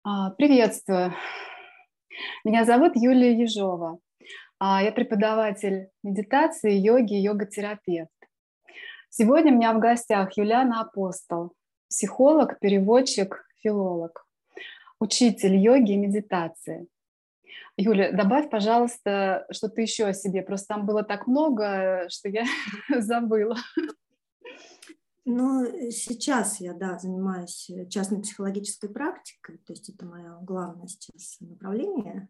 Приветствую. Меня зовут Юлия Ежова. Я преподаватель медитации, йоги, йога-терапевт. Сегодня у меня в гостях Юлиана Апостол, психолог, переводчик, филолог, учитель йоги и медитации. Юля, добавь, пожалуйста, что-то еще о себе. Просто там было так много, что я забыла. Сейчас я, занимаюсь частной психологической практикой, то есть это мое главное сейчас направление.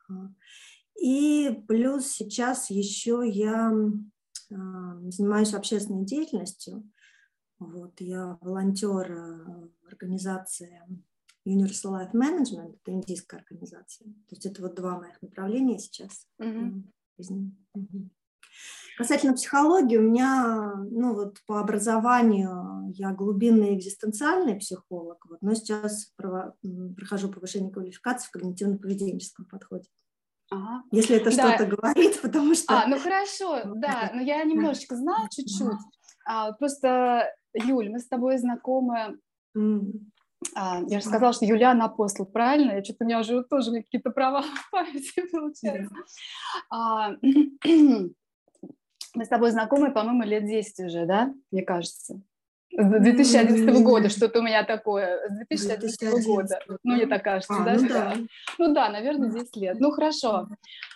И плюс сейчас еще я занимаюсь общественной деятельностью. Я волонтер организации Universal Life Management, это индийская организация. То есть это два моих направления сейчас в жизни. Касательно психологии, у меня, по образованию я глубинный экзистенциальный психолог, но сейчас прохожу повышение квалификации в когнитивно-поведенческом подходе. Ага. Если это что-то говорит, потому что... Хорошо, да, но я немножечко знаю чуть-чуть. Просто, Юль, мы с тобой знакомы. Я же сказала, что Юлиана Апостол, правильно? У меня уже тоже какие-то провалы в памяти получаются. Мы с тобой знакомы, по-моему, лет 10 уже, да? Мне кажется. С 2011 года что-то у меня такое. С 2011 года. Мне так кажется, да? Да, наверное, 10 лет. Хорошо.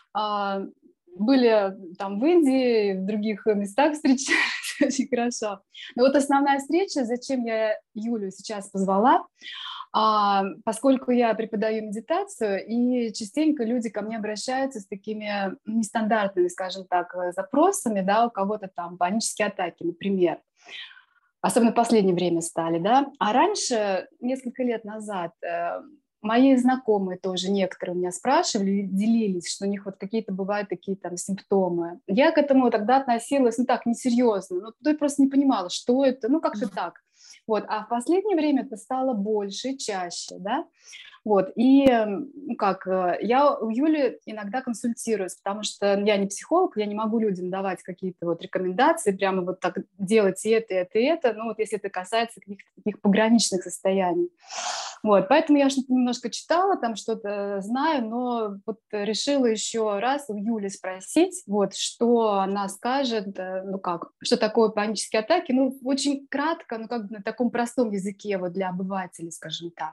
Были там в Индии, в других местах встречались, очень хорошо. Но основная встреча, зачем я Юлю сейчас позвала, поскольку я преподаю медитацию, и частенько люди ко мне обращаются с такими нестандартными, скажем так, запросами, да, у кого-то там панические атаки, например. Особенно в последнее время стали, да. А раньше, несколько лет назад, мои знакомые тоже некоторые у меня спрашивали, делились, что у них какие-то бывают такие там симптомы. Я к этому тогда относилась, несерьезно. Я просто не понимала, что это, как-то так. А в последнее время это стало больше, чаще, да. И я у Юли иногда консультируюсь, потому что я не психолог, я не могу людям давать какие-то рекомендации, прямо так делать и это, и это, и это, если это касается каких-то таких пограничных состояний. Поэтому я что-то немножко читала, там что-то знаю, но решила еще раз у Юли спросить, что она скажет, что такое панические атаки, очень кратко, на таком простом языке для обывателей, скажем так.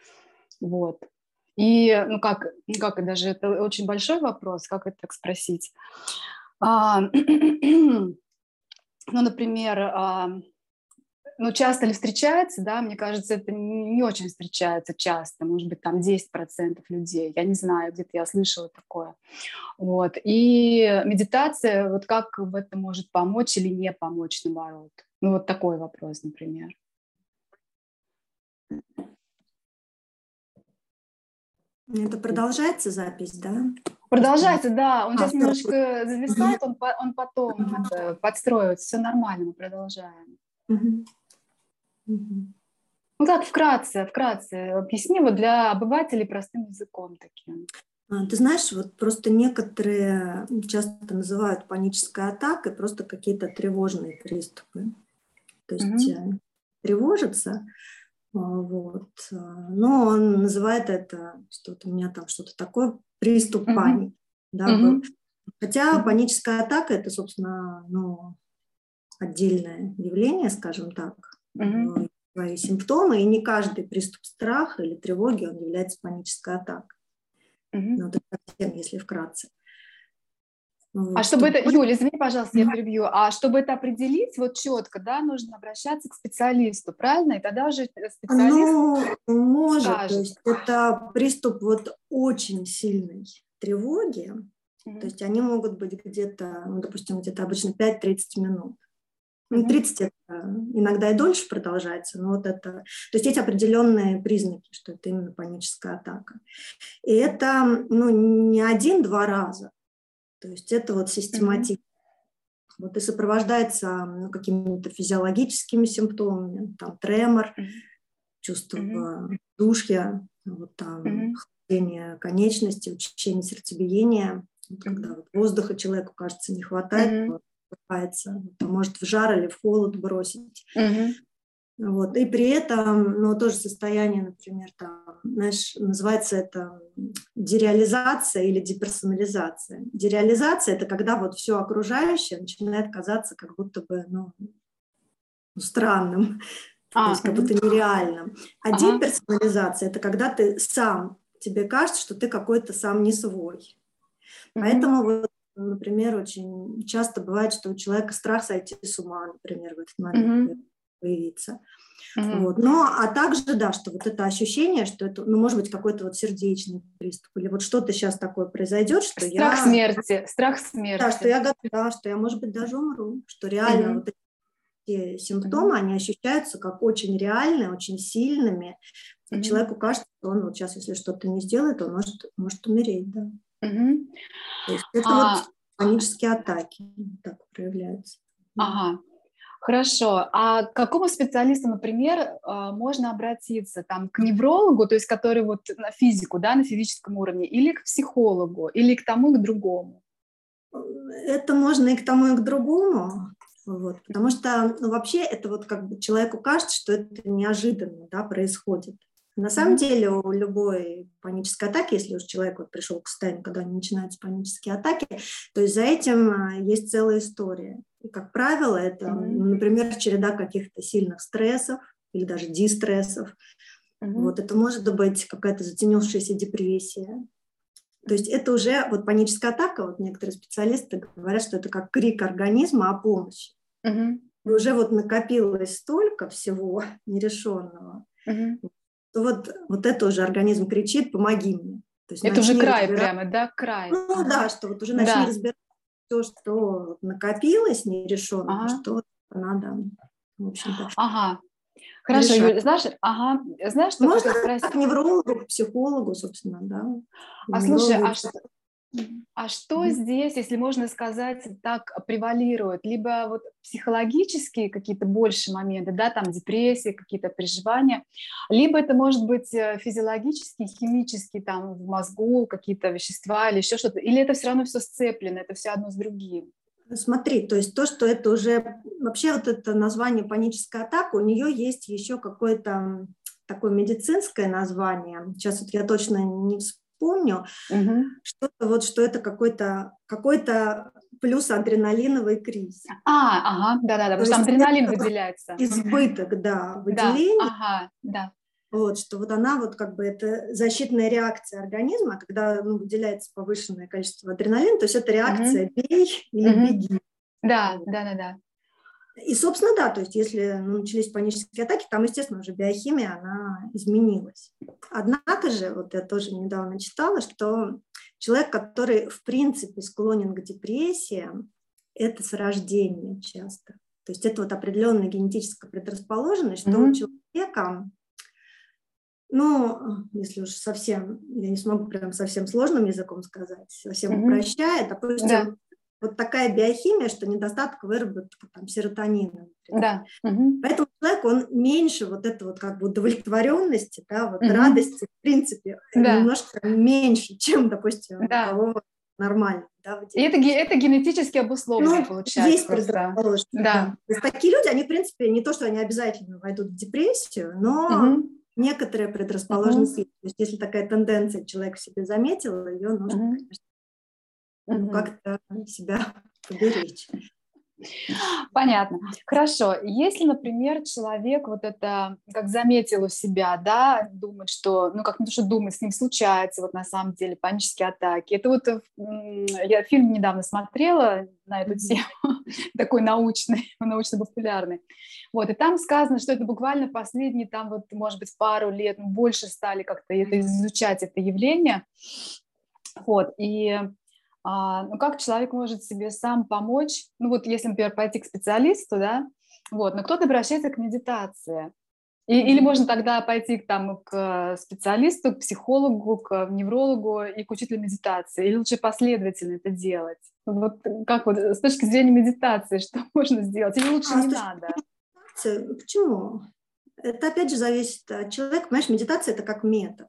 И, как даже это очень большой вопрос, как это так спросить. Например, часто ли встречается, да, мне кажется, это не очень встречается часто, может быть, там 10% людей, я не знаю, где-то я слышала такое. И медитация, как в этом может помочь или не помочь, наоборот. Такой вопрос, например. Это продолжается запись, да? Продолжается, да. Он сейчас немножко зависает, он потом подстроится. Все нормально, мы продолжаем. Вкратце объясни для обывателей простым языком таким. Ты знаешь, просто некоторые часто называют панической атакой просто какие-то тревожные приступы. То есть тревожится, но он называет это, что у меня там что-то такое, приступ паники. Да, был. Хотя паническая атака – это, собственно, отдельное явление, скажем так, свои симптомы, и не каждый приступ страха или тревоги, он является панической атакой. Это совсем, если вкратце. Чтобы это, Юля, извини, пожалуйста, я перебью. Чтобы это определить четко, да, нужно обращаться к специалисту, правильно? И тогда уже специалист может, скажет. то есть это приступ очень сильной тревоги, то есть они могут быть где-то, допустим, где-то обычно 5-30 минут. 30 это иногда и дольше продолжается, но это, то есть есть определенные признаки, что это именно паническая атака. И это, не 1-2 раза, то есть это систематически. И сопровождается какими-то физиологическими симптомами, там тремор, чувство удушья, хождение конечностей, учащение сердцебиения, когда воздуха человеку, кажется, не хватает, может в жар или в холод бросить. И при этом, тоже состояние, например, там, знаешь, называется это дереализация или деперсонализация. Дереализация – это когда вот все окружающее начинает казаться как будто бы, странным, то есть как будто нереальным. А деперсонализация – это когда ты сам, тебе кажется, что ты какой-то сам не свой. Поэтому, вот, например, очень часто бывает, что у человека страх сойти с ума, например, в этот момент появиться. Вот. Но, а также, да, что вот это ощущение, что это, может быть, какой-то вот сердечный приступ, или вот что-то сейчас такое произойдет, что страх смерти. Да, что я готова, что я, может быть, даже умру, что реально вот эти симптомы, они ощущаются как очень реальные, очень сильными. И человеку кажется, что он вот сейчас, если что-то не сделает, он может умереть, да. То есть это вот панические атаки так проявляются. Ага. Хорошо. А к какому специалисту, например, можно обратиться? Там, к неврологу, то есть который вот на физику, да, на физическом уровне, или к психологу, или к тому, и к другому? Это можно и к тому, и к другому. Вот, потому что вообще это вот как бы человеку кажется, что это неожиданно, да, происходит. На самом деле у любой панической атаки, если уж человек вот пришел к состоянию, когда начинаются панические атаки, то есть за этим есть целая история. И, как правило, это, например, череда каких-то сильных стрессов или даже дистрессов. Вот, это может быть какая-то затянувшаяся депрессия. То есть это уже вот паническая атака, вот некоторые специалисты говорят, что это как крик организма о помощи. И уже вот накопилось столько всего нерешенного, вот это уже организм кричит: помоги мне. То есть это уже край прямо, да, край. Да, что вот уже начни разбирать то, что накопилось нерешенного, что надо, в общем-то, Хорошо, решать. Юль, знаешь, что Можно хотела спросить? к неврологу, к психологу, собственно, да. Слушай, а что здесь, если можно сказать так, превалирует? Либо вот психологические какие-то больше моменты, да, там депрессии, какие-то переживания, либо это может быть физиологические, химические, там в мозгу какие-то вещества или еще что-то, или это все равно все сцеплено, это все одно с другим? Смотри, то есть то, что это уже... Вообще вот это название паническая атака, у нее есть еще какое-то такое медицинское название. Сейчас вот я точно не вспомню. Что-то вот, что это какой-то плюс адреналиновый криз. Да-да-да, потому что там адреналин выделяется. Избыток, да, выделения. Да. Вот, что вот она вот как бы это защитная реакция организма, когда выделяется повышенное количество адреналина, то есть это реакция «бей» или «беги». Да. И, собственно, да, то есть если начались панические атаки, там, естественно, уже биохимия, она изменилась. Однако же, вот я тоже недавно читала, что человек, который, в принципе, склонен к депрессиям, это с рождения часто. То есть это вот определенная генетическая предрасположенность, что у человека... если уж совсем, я не смогу прям совсем сложным языком сказать, совсем упрощая, допустим, вот такая биохимия, что недостаток выработки там серотонина. Да. Поэтому человек, он меньше вот это вот как бы удовлетворенности, да, вот радости, в принципе, немножко меньше, чем, допустим, у кого нормально. Да, и это генетически обусловлено, получается. Есть предрасположенность. Да. То есть такие люди, они, в принципе, не то, что они обязательно войдут в депрессию, но некоторая предрасположенность есть. То есть если такая тенденция человек в себе заметил, ее нужно, конечно, как-то себя поберечь. Понятно. Хорошо. Если, например, человек вот это, как заметил у себя, да, думает, что, как не то, что думает, с ним случается вот на самом деле панические атаки. Это вот я фильм недавно смотрела на эту тему, такой научно-популярный. Вот, и там сказано, что это буквально последние, там вот, может быть, пару лет, больше стали как-то изучать это явление. Вот, и как человек может себе сам помочь, если, например, пойти к специалисту, да, но кто-то обращается к медитации. Или можно тогда пойти к специалисту, к психологу, к неврологу и к учителю медитации, или лучше последовательно это делать? Вот как вот с точки зрения медитации, что можно сделать, или лучше не надо? Почему? Это опять же зависит от человека. Понимаешь, медитация – это как метод.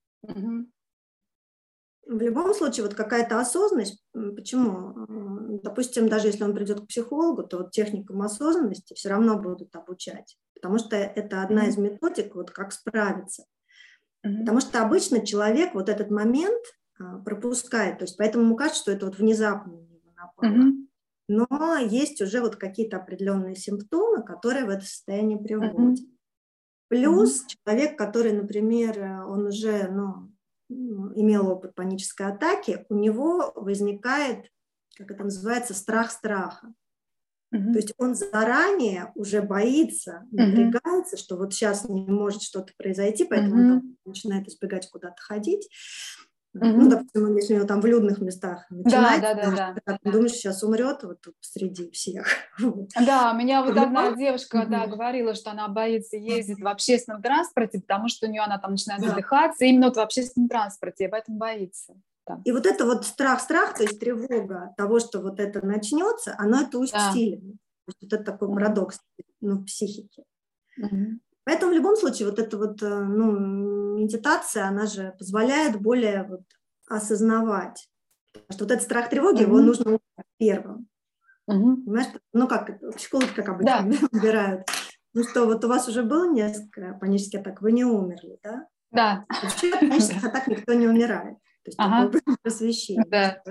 В любом случае, вот какая-то осознанность, почему? Допустим, даже если он придет к психологу, то вот техникам осознанности все равно будут обучать, потому что это одна из методик, вот как справиться. Потому что обычно человек вот этот момент пропускает, то есть поэтому ему кажется, что это вот внезапно на него напало. Но есть уже вот какие-то определенные симптомы, которые в это состояние приводят. Плюс человек, который, например, он уже имел опыт панической атаки, у него возникает, как это называется, страх страха. То есть он заранее уже боится, напрягается, что вот сейчас не может что-то произойти, поэтому он там начинает избегать куда-то ходить. Ну, допустим, если у него там в людных местах начинается, ты думаешь, сейчас умрет вот тут среди всех. Да, у меня вот одна девушка, говорила, что она боится ездить в общественном транспорте, потому что у нее она там начинает задыхаться именно вот в общественном транспорте, и поэтому боится. И вот это вот страх, то есть тревога того, что вот это начнется, оно это усиливает. То есть вот это такой парадокс в психике. Поэтому в любом случае вот эта вот медитация, она же позволяет более вот осознавать, что вот этот страх тревоги, его нужно убрать первым. Понимаешь? Ну как, психологи как обычно убирают. Ну что, вот у вас уже было несколько панических атак, вы не умерли, да? Да. Вообще от панических атак никто не умирает. То есть такое просвещение. Да.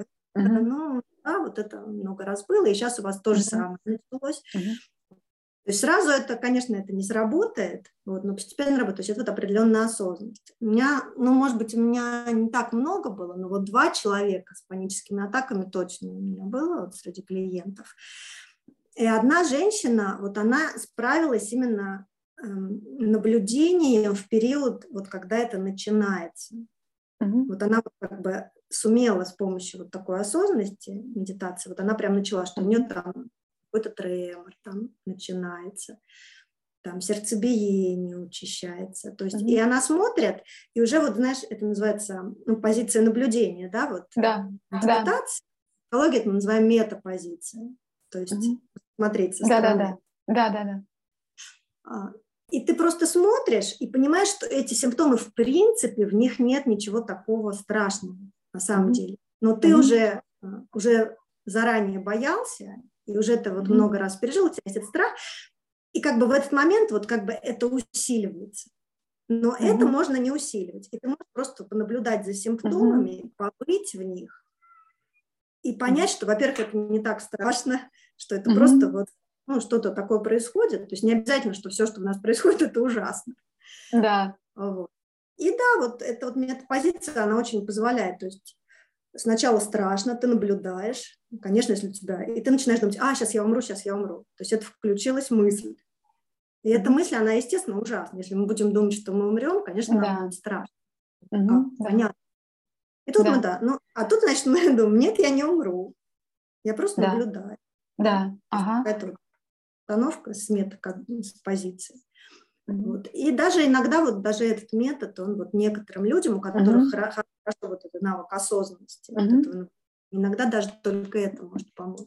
Вот это много раз было, и сейчас у вас то же самое началось. То есть сразу это, конечно, это не сработает, но постепенно работает. То есть это вот определенная осознанность. У меня, может быть, у меня не так много было, но вот 2 человека с паническими атаками точно у меня было вот среди клиентов. И одна женщина, вот она справилась именно наблюдением в период, вот когда это начинается. Вот она как бы сумела с помощью вот такой осознанности, медитации, вот она прям начала, что у нее там какой-то тремор там начинается, там сердцебиение учащается. То есть, и она смотрит, и уже вот, знаешь, это называется позиция наблюдения, да, вот медитация. Психология это мы называем метапозиция. То есть смотреть со стороны. Да. И ты просто смотришь и понимаешь, что эти симптомы, в принципе, в них нет ничего такого страшного на самом деле. Но ты уже заранее боялся, и уже это вот много раз пережил, у тебя есть этот страх, и как бы в этот момент вот как бы это усиливается. Но это можно не усиливать. И ты можешь просто понаблюдать за симптомами, побыть в них и понять, что, во-первых, это не так страшно, что это просто вот что-то такое происходит. То есть не обязательно, что все, что у нас происходит, это ужасно. Да. Вот. И да, вот эта вот метапозиция, она очень позволяет. То есть сначала страшно, ты наблюдаешь, конечно, если у тебя... И ты начинаешь думать, сейчас я умру. То есть это включилась мысль. И эта мысль, она, естественно, ужасна. Если мы будем думать, что мы умрем, конечно, нам будет страшно. Понятно. И тут а тут, значит, мы думаем, нет, я не умру. Я просто наблюдаю. Да. Это установка с позиции. Вот. И даже иногда вот даже этот метод, он вот некоторым людям, у которых хорошо вот этот навык осознанности, вот этого, иногда даже только это может помочь.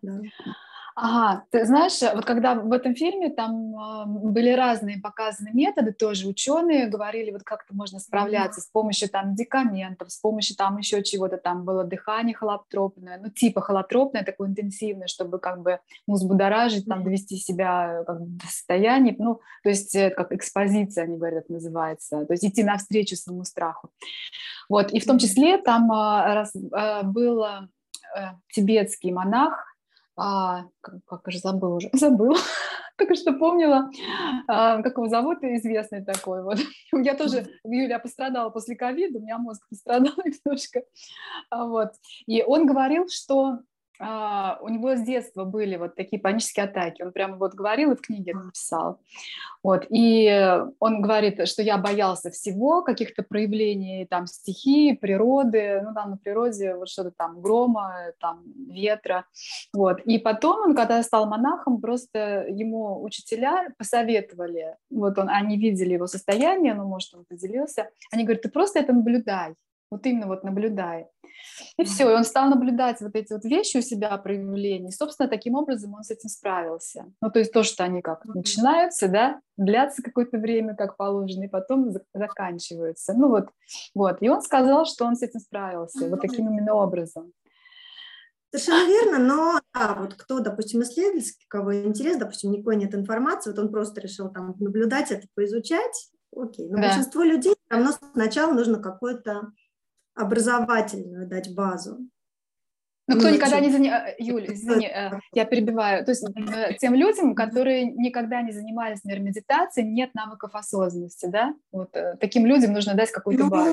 Ты знаешь, вот когда в этом фильме там были разные показаны методы, тоже ученые говорили, вот как-то можно справляться с помощью там медикаментов, с помощью там еще чего-то, там было дыхание холотропное, типа холотропное, такое интенсивное, чтобы как бы взбудоражить, там довести себя как бы до состояния, то есть как экспозиция, они говорят, это называется, то есть идти навстречу своему страху. Вот, и в том числе там был тибетский монах, как же забыла, только что помнила, как его зовут, известный такой вот. Я тоже, Юля, пострадала после ковида, у меня мозг пострадал немножко. Вот. И он говорил, что у него с детства были вот такие панические атаки. Он прямо вот говорил и в книге это написал. Вот. И он говорит, что я боялся всего, каких-то проявлений там стихии, природы, там на природе вот что-то там грома, там ветра. Вот. И потом он, когда стал монахом, просто ему учителя посоветовали, они видели его состояние, может, он поделился, они говорят, ты просто это наблюдай. Вот именно вот наблюдай. И все, и он стал наблюдать вот эти вот вещи у себя, проявления, и, собственно, таким образом он с этим справился. То есть то, что они как начинаются, да, длятся какое-то время, как положено, и потом заканчиваются. И он сказал, что он с этим справился, вот таким именно образом. Совершенно верно, но вот кто, допустим, исследователь, кого интерес, допустим, никакой нет информации, вот он просто решил там наблюдать это, поизучать, окей. Но Да. большинству людей все равно сначала нужно какую-то образовательную дать базу. Но кто никогда нечего. не занимался, Юль, извини, я перебиваю, то есть тем людям, которые никогда не занимались, наверное, медитацией, нет навыков осознанности, да? Вот таким людям нужно дать какую-то базу.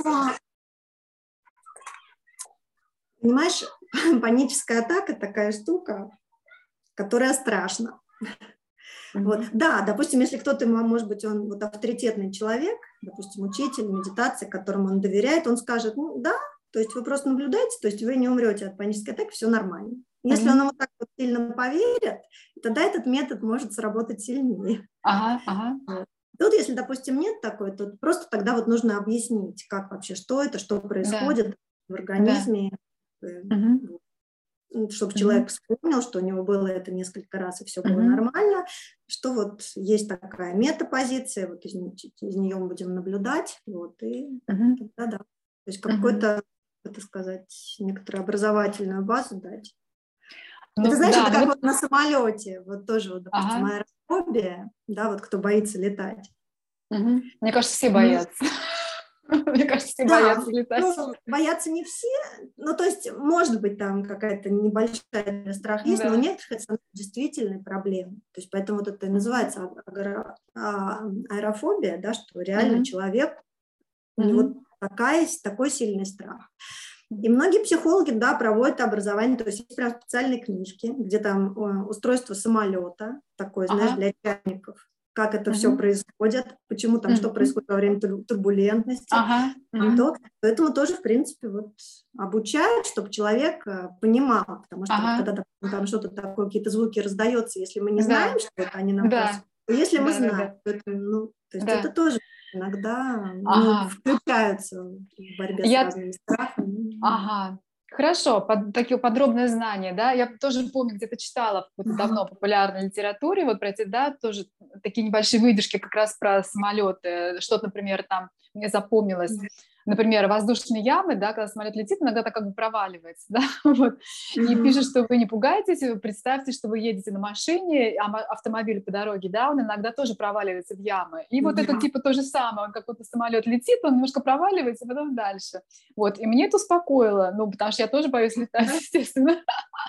Понимаешь, паническая атака такая штука, которая страшна. Вот. Да, допустим, если кто-то, может быть, он вот авторитетный человек, допустим, учитель медитации, которому он доверяет, он скажет, ну да, то есть вы просто наблюдаете, то есть вы не умрете от панической атаки, все нормально. Если он ему так вот сильно поверит, тогда этот метод может сработать сильнее. Тут, если, допустим, нет такой, то просто тогда вот нужно объяснить, как вообще, что это, что происходит в организме, чтобы человек вспомнил, что у него было это несколько раз, и все было нормально, что вот есть такая метапозиция, вот из нее мы будем наблюдать, вот, и да. То есть какой-то, так сказать, некоторую образовательную базу дать. Ну, это, знаешь, да, это как вот на самолете, вот тоже, вот, допустим, аэрофобия, да, вот кто боится летать. Мне кажется, все боятся. Мне кажется, все боятся летать. Ну, боятся не все, ну, то есть, может быть, там какая-то небольшая страх есть, но у некоторых это действительно проблема. То есть, поэтому вот это и называется аэрофобия, да, что реально человек, у него такой сильный страх. И многие психологи, да, проводят образование, то есть есть прям специальные книжки, где там устройство самолета, такое, знаешь, для чайников, как это все происходит, почему там, что происходит во время турбулентности. Поэтому тоже, в принципе, вот обучают, чтобы человек понимал, потому что вот, когда там что-то такое, какие-то звуки раздаются, если мы не знаем, что это они нам просят, то если мы знаем, то это, ну, то есть это тоже иногда включаются в борьбе с разными страхами. Хорошо, такие подробные знания, да, я тоже помню, где-то читала в какой-то давно популярной литературе, вот про эти, да, тоже такие небольшие выдержки как раз про самолеты, что-то, например, там мне запомнилось, например, воздушные ямы, да, когда самолет летит, иногда так как бы проваливается, да, вот, и пишет, что вы не пугайтесь, представьте, что вы едете на машине, автомобиль по дороге, да, он иногда тоже проваливается в ямы, и вот это типа то же самое, он какой-то самолет летит, он немножко проваливается, а потом дальше, вот, и мне это успокоило, ну, потому что я тоже боюсь летать, естественно.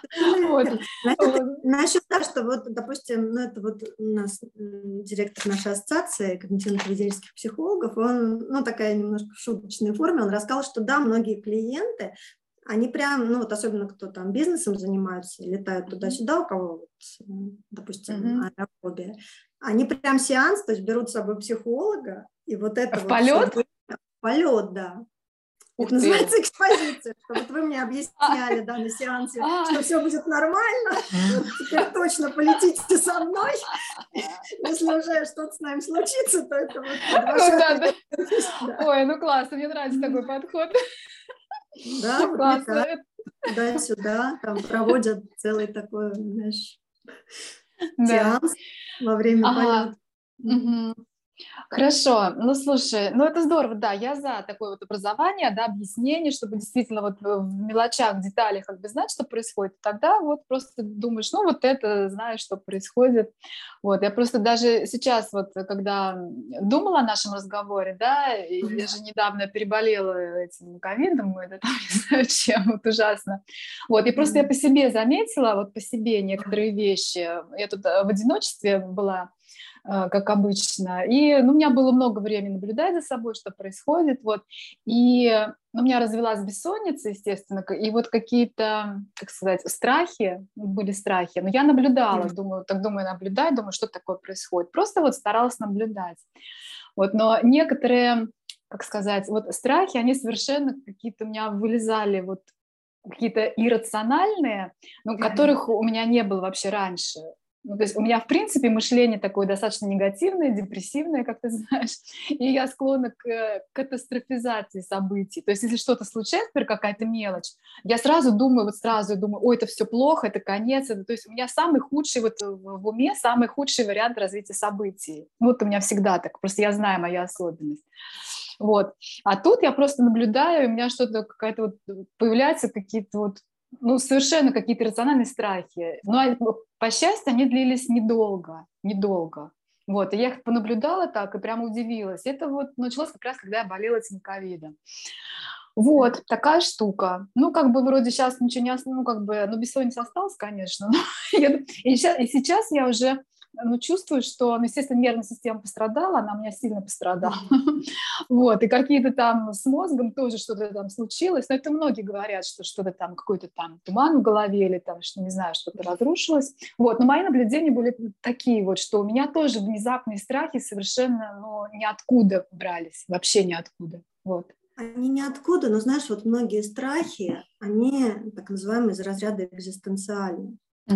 Насчет того, что вот, допустим, ну, это вот у нас директор нашей ассоциации когнитивно-поведенческих психологов, он, ну, такая немножко в шуточной форме, он рассказал, что да, многие клиенты, они прям, ну, вот особенно кто там бизнесом занимаются, летают туда-сюда, у кого, вот, допустим, аэрофобия, они прям сеанс, то есть берут с собой психолога, и вот это в вот полет? В полет, да. Это называется экспозиция, что вот вы мне объясняли, да, на сеансе, что все будет нормально, вот теперь точно полетите со мной, если уже что-то с нами случится, то это вот Ой, ну классно, мне нравится такой подход. Да, вот туда-сюда, там проводят целый такой, знаешь, сеанс во время полета. Хорошо, ну слушай, ну это здорово, да, я за такое вот образование, да, объяснение, чтобы действительно вот в мелочах, в деталях как бы знать, что происходит, тогда вот просто думаешь, ну вот это, знаешь, что происходит, вот, я просто даже сейчас вот, когда думала о нашем разговоре, да, я же недавно переболела этим ковидом, это там не знаю чем, вот ужасно, вот, и просто я по себе заметила, вот по себе некоторые вещи, я тут в одиночестве была, как обычно. И ну, у меня было много времени наблюдать за собой, что происходит. Вот. И у меня развилась бессонница, естественно, и вот какие-то, как сказать, страхи, были страхи. Но я наблюдала, думаю, наблюдать, думаю, что такое происходит. Просто вот старалась наблюдать. Вот. Но некоторые, как сказать, вот страхи, они совершенно какие-то у меня вылезали, вот какие-то иррациональные, но которых у меня не было вообще раньше. Ну, то есть у меня, в принципе, мышление такое достаточно негативное, депрессивное, как ты знаешь, и я склонна к катастрофизации событий. То есть если что-то случается, например, какая-то мелочь, я сразу думаю, ой, это все плохо, это конец. То есть у меня самый худший вот в уме, самый худший вариант развития событий. Вот у меня всегда так, просто я знаю мою особенность. Вот. А тут я просто наблюдаю, у меня что-то какая-то вот появляются какие-то вот, ну, совершенно какие-то рациональные страхи. Но, по счастью, они длились недолго. Вот, и я их понаблюдала так и прямо удивилась. Это вот началось как раз, когда я болела этим ковидом. Вот, такая штука. Ну, как бы вроде сейчас ничего не осталось, ну, как бы, ну, бессонница осталась, конечно, но и сейчас я уже, ну, чувствую, что, ну, естественно, нервная система пострадала, она у меня сильно пострадала. Вот, и какие-то там с мозгом тоже что-то там случилось, но это многие говорят, что что-то там, какой-то там туман в голове или там, что, не знаю, что-то разрушилось. Вот, но мои наблюдения были такие вот, что у меня тоже внезапные страхи совершенно, ну, ниоткуда брались, вообще ниоткуда. Вот. Они ниоткуда, но знаешь, вот многие страхи, они так называемые из разряда экзистенциальные.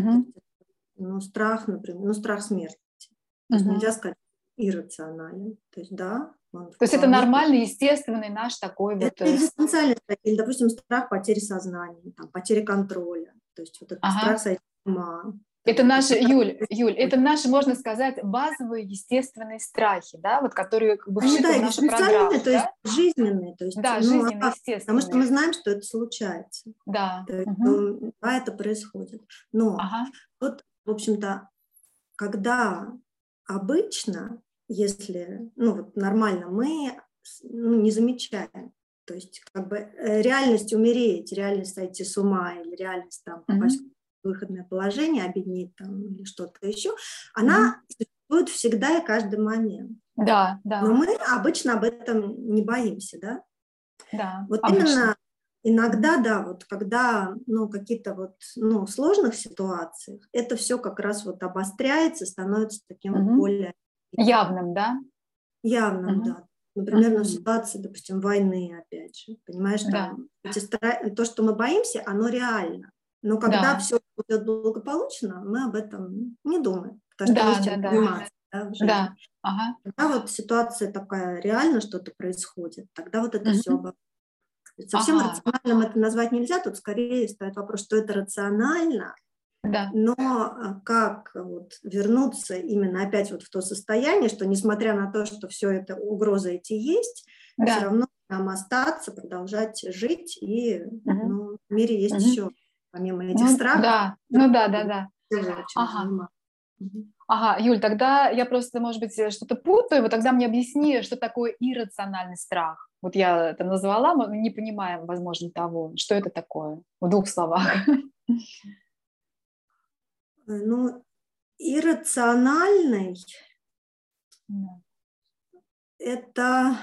Ну, страх, например, ну, страх смерти. То есть нельзя сказать иррационален. То есть, да, он То есть это нормальный, естественный наш такой вот... Это экзистенциальный страх, или, допустим, страх потери сознания, там, потери контроля. То есть вот этот страх сойти с ума. Это наши, Юль, это наши, можно сказать, базовые естественные страхи, да, вот которые как бы вшиты в нашу программу. То есть жизненные. То есть, да, жизненные, естественные. Потому что мы знаем, что это случается. Да. То есть, да, это происходит. Но вот, в общем-то, когда обычно, если, ну вот нормально, мы не замечаем. То есть как бы реальность умереть, реальность сойти с ума или реальность там попасть в выходное положение, обеднеть там или что-то еще, она существует всегда и каждый момент. Да, да. Но мы обычно об этом не боимся, да? Да, вот обычно. Именно иногда, да, вот когда, ну, какие-то вот, ну, сложных ситуациях, это все как раз вот обостряется, становится таким более... Явным, да? Явным, да. Например, на ситуации, допустим, войны, опять же, понимаешь, там, то, что мы боимся, оно реально. Но когда все будет благополучно, мы об этом не думаем, потому что есть чем заниматься. Да, в жизни. Когда вот ситуация такая, реально что-то происходит, тогда вот это все обостряется. Совсем рациональным это назвать нельзя, тут скорее стоит вопрос, что это рационально, но как вот вернуться именно опять вот в то состояние, что несмотря на то, что все это угрозы эти есть, все равно нам остаться, продолжать жить, и ну, в мире есть еще, помимо этих страхов. Да, да. Ага, Юль, тогда я просто, может быть, что-то путаю, вот тогда мне объясни, что такое иррациональный страх. Вот я это назвала, мы не понимаем, возможно, того, что это такое, в 2 словах. Ну, иррациональный это...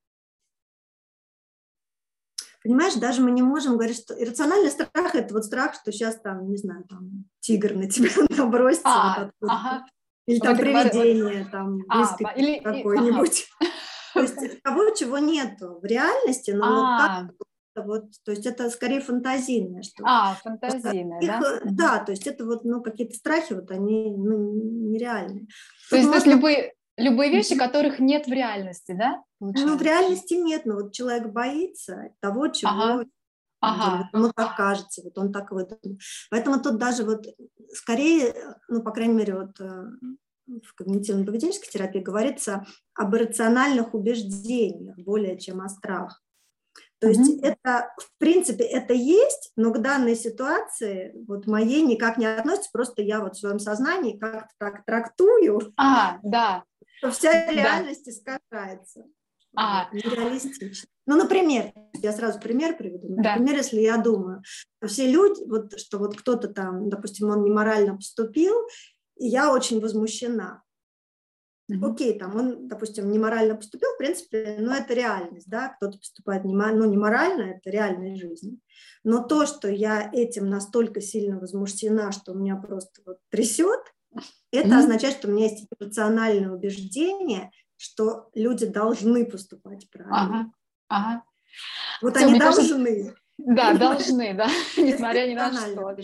Понимаешь, даже мы не можем говорить, что иррациональный страх – это вот страх, что сейчас там, не знаю, там тигр на тебя набросится, или там привидение, там близко какое-нибудь. То есть того, чего нету в реальности, но вот, то есть это скорее фантазийное что-то. Фантазийное, да? Да, то есть это вот, ну, какие-то страхи, вот они, ну, нереальные. То есть любые вещи, которых нет в реальности, да? Получается? Ну, в реальности нет, но вот человек боится того, чего ему так кажется, вот он так выдумал. Поэтому тут даже вот скорее, ну, по крайней мере, вот в когнитивно-поведенческой терапии говорится об иррациональных убеждениях более чем о страхах. То есть это, в принципе, это есть, но к данной ситуации вот моей никак не относится, просто я вот в своем сознании как-то так трактую, что вся реальность искажается. Нереалистично. Ну, например, я сразу пример приведу. Например, если я думаю, все люди, вот, что вот кто-то там, допустим, он неморально поступил, и я очень возмущена. Окей, там он, допустим, неморально поступил, в принципе, ну, это реальность, да, кто-то поступает неморально, это реальная жизнь. Но то, что я этим настолько сильно возмущена, что меня просто вот трясет, это означает, что у меня есть рациональное убеждение, что люди должны поступать правильно. Вот все, они должны. Да, должны, да, несмотря ни на что.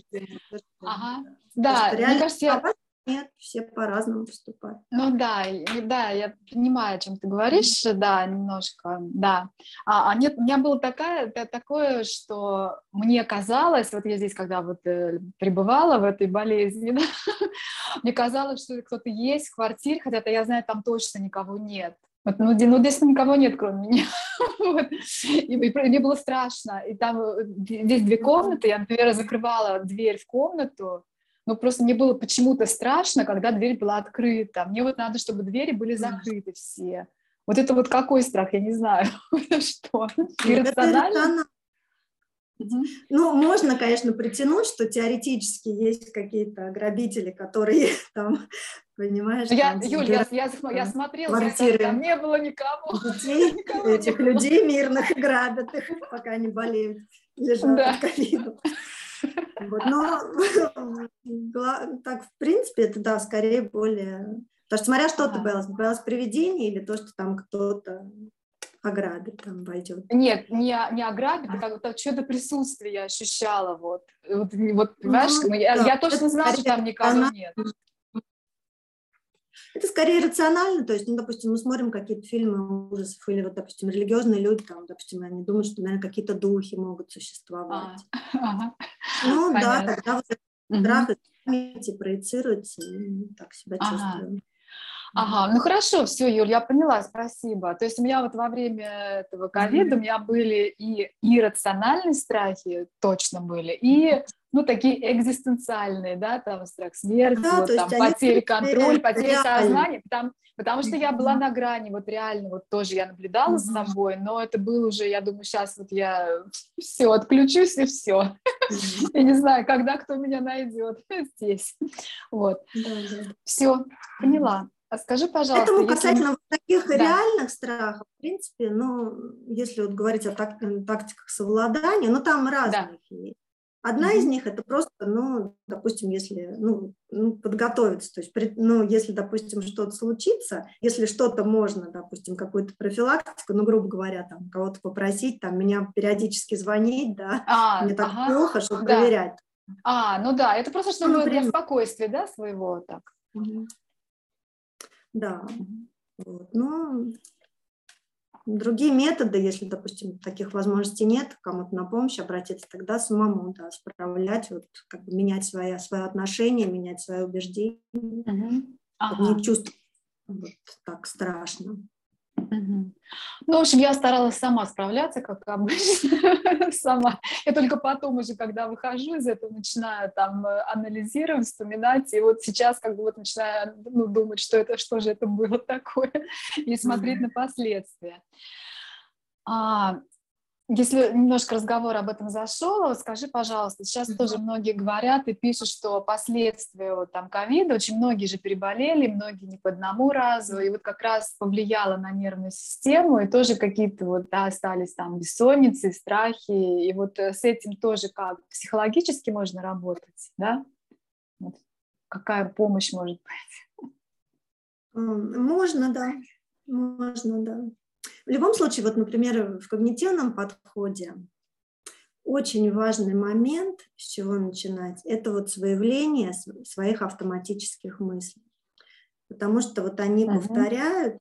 Да, мне кажется, нет, все по-разному поступают. Ну да, я понимаю, о чем ты говоришь, да, немножко, да. Нет, у меня было такое, что мне казалось, вот я здесь, когда вот пребывала в этой болезни, да, мне казалось, что кто-то есть в квартире, хотя я знаю, там точно никого нет. Вот, ну, здесь никого нет, кроме меня. Вот. И мне было страшно. И там здесь 2 комнаты, я, например, закрывала дверь в комнату, но просто мне было почему-то страшно, когда дверь была открыта. Мне вот надо, чтобы двери были закрыты все. Вот это вот какой страх, я не знаю. Что? Иррационально? Ну, можно, конечно, притянуть, что теоретически есть какие-то грабители, которые там, понимаешь, там Юль, я смотрела, там не было никого. Детей, этих людей мирных грабят их, пока не болеют, лежат от ковида. Вот. Но так, в принципе, это, да, скорее более... Потому что смотря что ты боялась. Боялась привидений или то, что там кто-то ограбит, там войдет? Нет, не ограбит, как что-то присутствие я ощущала. Вот понимаешь, я точно знала, что там никого нет. Это скорее рационально, то есть, ну, допустим, мы смотрим какие-то фильмы ужасов, или вот, допустим, религиозные люди, там, допустим, они думают, что, наверное, какие-то духи могут существовать. Ну, да, тогда вот страх и памяти проецируется, и так себя чувствуем. Ага, ну хорошо, все, Юль, я поняла, спасибо. То есть у меня вот во время этого ковида у меня были и иррациональные страхи, точно были, и, ну, такие экзистенциальные, да, там страх смерти, да, вот там потеря контроля, потеря сознания, потому что я была на грани, вот реально, вот тоже я наблюдала с собой, но это было уже, я думаю, сейчас вот я все, отключусь и все. Я не знаю, когда кто меня найдет здесь. Вот. Все, поняла. А скажи, пожалуйста, поэтому касательно таких реальных страхов, в принципе, ну, если вот говорить о тактиках совладания, ну, там разные есть. Одна из них – это просто, ну, допустим, если, ну, подготовиться, то есть, ну, если, допустим, что-то случится, если что-то можно, допустим, какую-то профилактику, ну, грубо говоря, там, кого-то попросить, там, меня периодически звонить, да, мне так плохо, чтобы проверять. Ну да, это просто чтобы для спокойствия, да, своего, так. Да, вот. Ну, другие методы, если, допустим, таких возможностей нет, кому-то на помощь обратиться, тогда самому, да, справлять, вот, как бы менять свое отношение, менять свои убеждения, не чувствовать вот так страшно. Ну, в общем, я старалась сама справляться, как обычно, сама. Я только потом уже, когда выхожу из этого, начинаю там анализировать, вспоминать, и вот сейчас как бы вот начинаю думать, что же это было такое, и смотреть на последствия. Если немножко разговор об этом зашел, вот скажи, пожалуйста, сейчас тоже многие говорят и пишут, что последствия вот, там ковида, очень многие же переболели, многие не по одному разу, и вот как раз повлияло на нервную систему, и тоже какие-то вот, да, остались там бессонницы, страхи, и вот с этим тоже как психологически можно работать, да? Вот. Какая помощь может быть? Можно, да. Можно, да. В любом случае, вот, например, в когнитивном подходе очень важный момент, с чего начинать, это вот выявление своих автоматических мыслей. Потому что вот они повторяют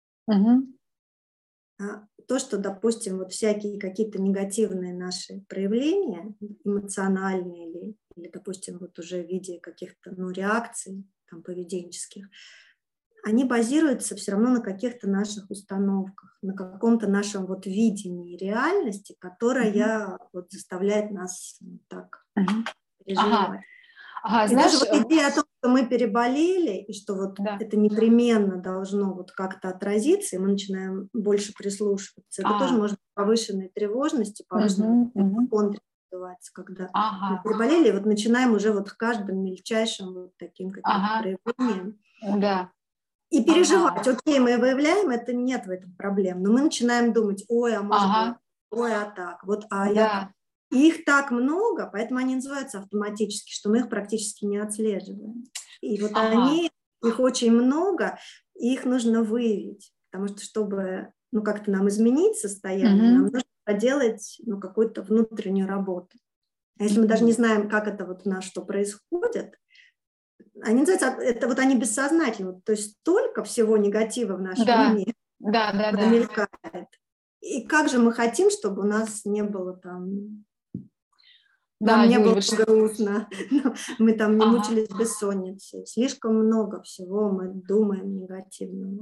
то, что, допустим, вот всякие какие-то негативные наши проявления, эмоциональные или допустим, вот уже в виде каких-то, ну, реакций там, поведенческих, они базируются все равно на каких-то наших установках, на каком-то нашем вот видении реальности, которая вот заставляет нас так переживать. И знаешь, даже вот идея о том, что мы переболели, и что вот это непременно должно вот как-то отразиться, и мы начинаем больше прислушиваться, это тоже может быть повышенной тревожности, повышенной ипохондрии называется, когда мы переболели, и вот начинаем уже вот в каждом мельчайшем вот таким каким-то проявлением. И переживать, окей, мы выявляем, это нет в этом проблем, но мы начинаем думать, ой, а может быть, ой, а так, вот, я... И их так много, поэтому они называются автоматически, что мы их практически не отслеживаем. И вот их очень много, и их нужно выявить, потому что, чтобы, ну, как-то нам изменить состояние, нам нужно проделать, ну, какую-то внутреннюю работу. А если мы даже не знаем, как это вот у нас что происходит, они называются, это вот они бессознательно, то есть столько всего негатива в нашем уме мелькает. И как же мы хотим, чтобы у нас не было там, нам не было грустно, мы там не мучились бессонницей. Слишком много всего мы думаем негативного.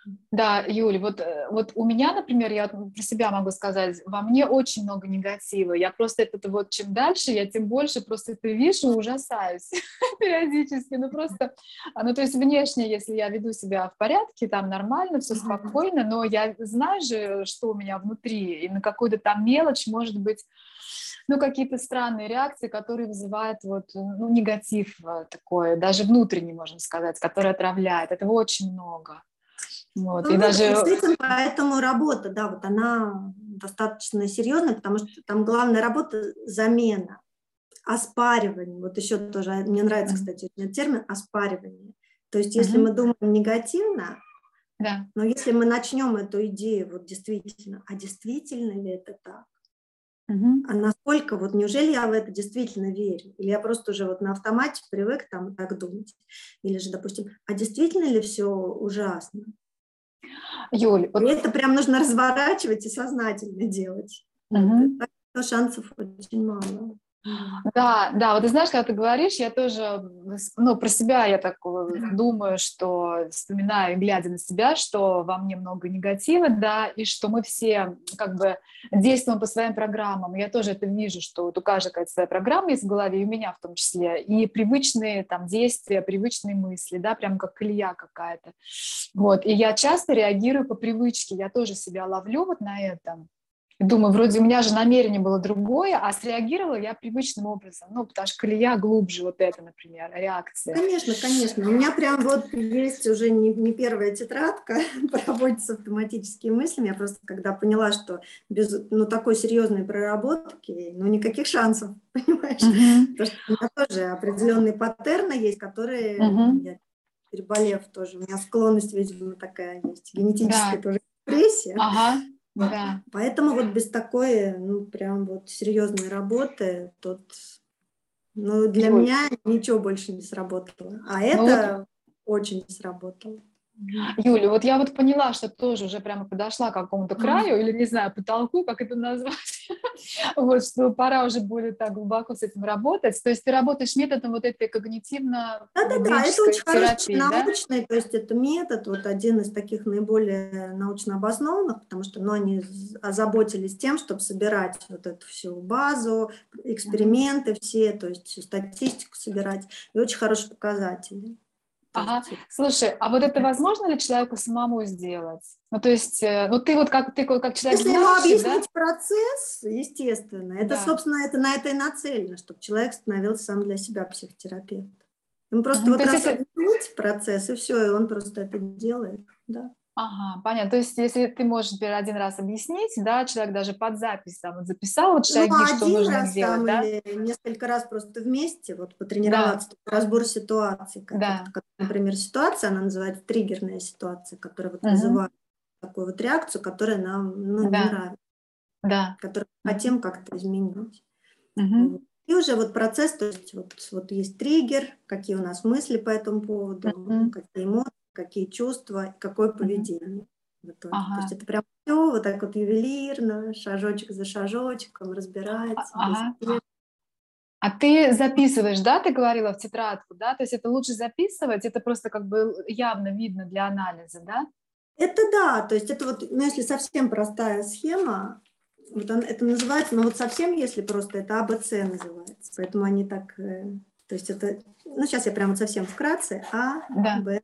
Да, Юль, вот у меня, например, я про себя могу сказать, во мне очень много негатива. Я просто это вот чем дальше, я тем больше просто это вижу, ужасаюсь периодически. Ну просто, ну то есть внешне, если я веду себя в порядке, там нормально, все спокойно, но я знаю же, что у меня внутри, и на какую-то там мелочь может быть, ну какие-то странные реакции, которые вызывают вот, ну, негатив такой, даже внутренний, можно сказать, который отравляет. Этого очень много. Вот, и Ну, и с даже... этим поэтому работа, да, вот она достаточно серьезная, потому что там главная работа — замена, оспаривание. Вот еще тоже, мне нравится, кстати, этот термин оспаривание. То есть если мы думаем негативно, Да. но если мы начнем эту идею вот действительно, а действительно ли это так? А насколько, вот неужели я в это действительно верю? Или я просто уже вот на автомате привык там так думать? Или же, допустим, а действительно ли все ужасно? Юль, И это прям нужно разворачивать и сознательно делать. Вот. Так шансов очень мало. Да, да, вот ты знаешь, когда ты говоришь, я тоже, ну, про себя я так думаю, что вспоминаю, глядя на себя, что во мне много негатива, да, и что мы все как бы действуем по своим программам. Я тоже это вижу, что вот у каждого какая-то своя программа есть в голове, и у меня в том числе, и привычные там действия, привычные мысли, да, прям как колея какая-то. Вот, и я часто реагирую по привычке, я тоже себя ловлю вот на этом. Думаю, вроде у меня же намерение было другое, а среагировала я привычным образом. Ну, потому что колея глубже, вот это, например, реакция. Конечно, конечно. У меня прям вот есть уже не первая тетрадка по работе с автоматическими мыслями. Я просто когда поняла, что без такой серьезной проработки, никаких шансов, понимаешь? Потому что у меня тоже определенные паттерны есть, которые я, переболев тоже, у меня склонность, видимо, такая есть, генетическая тоже депрессия. Ага. Да. Поэтому вот без такой, прям вот серьезной работы тут, для Юль, меня ничего больше не сработало. А ну вот, это очень сработало. Юля, вот я вот поняла, что тоже уже прямо подошла к какому-то краю, или, не знаю, потолку, как это назвать, вот, что пора уже будет так глубоко с этим работать. То есть ты работаешь методом вот этой Да, это очень когнитивно-поведенческой хороший терапии, да? научный, то есть это метод, вот один из таких наиболее научно обоснованных, потому что они озаботились тем, чтобы собирать вот эту всю базу, эксперименты все, то есть статистику собирать, и очень хорошие показатели. Ага. Слушай, а вот это возможно ли человеку самому сделать? Ну, то есть, ну, ты вот как человек Если ему знающий, да? объяснить процесс, естественно, это, Да. собственно, это на это и нацелено, чтобы человек становился сам для себя психотерапевтом. Ему просто вот То есть, раз если... объяснить процесс, и все, и он просто это делает. Да. Ага, понятно. То есть, если ты можешь, например, один раз объяснить, да, человек даже под запись там вот записал вот шаги, что Один нужно раз делать, там да? или несколько раз просто вместе, вот Да, потренироваться, разбор ситуаций каких-то. да. Например, ситуация, она называется триггерная ситуация, которая вот Мгм. вызывает такую вот реакцию, которая нам не Да, нравится, да. которую мы Мгм. хотим как-то изменить. Вот. Мгм. И уже вот процесс, то есть вот есть триггер, какие у нас мысли по этому поводу, Мгм. какие эмоции, какие чувства, какое Мгм. поведение в итоге. То есть Ага. это прям все вот так вот ювелирно, шажочек за шажочком разбирается, без Ага. спешки. А ты записываешь, да, ты говорила в тетрадку, да? То есть это лучше записывать, это просто как бы явно видно для анализа, да? Это да, то есть это вот, если совсем простая схема, вот это называется, вот совсем, если просто, это АБЦ называется, поэтому они так, то есть это, сейчас я прям вот совсем вкратце, А, Да. Б,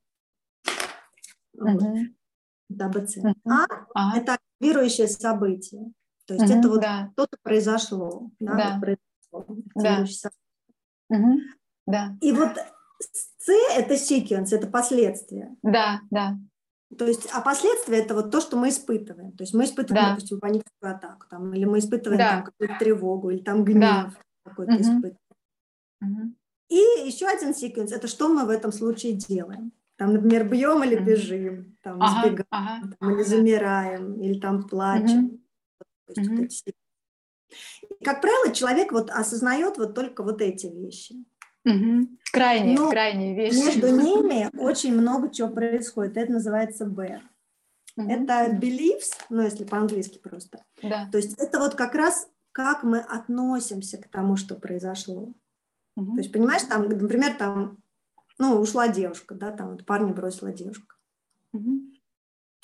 вот. Мгм. Это АБЦ. Мгм. А — Ага. это активирующее событие. То есть это Мгм. вот Да, что-то произошло, да, вот да, произошло, да. активирующее событие. Мгм. Да, И вот С — это sequence, это последствия. да, да, То есть, а последствия — это вот то, что мы испытываем. То есть мы испытываем, да, допустим, паническую атаку, там, или мы испытываем там да, какую-то тревогу, или там да. гнев какой-то Мгм. испытываем. Мгм. И еще один секвенс — это что мы в этом случае делаем. Там, например, бьем или Мгм. бежим, там, Ага, избегаем, ага, там, или да. замираем, или там Мгм. плачем. То есть вот Мгм. эти. И, как правило, человек вот осознает вот только вот эти вещи. Мгм. Крайние, Но крайние вещи. между ними очень много чего происходит. Это называется B. Мгм. Это beliefs, если по-английски просто. Да. То есть это вот как раз как мы относимся к тому, что произошло. То есть, Мгм. понимаешь, там, например, там, ушла девушка, да, там вот парня бросила девушка. Мгм.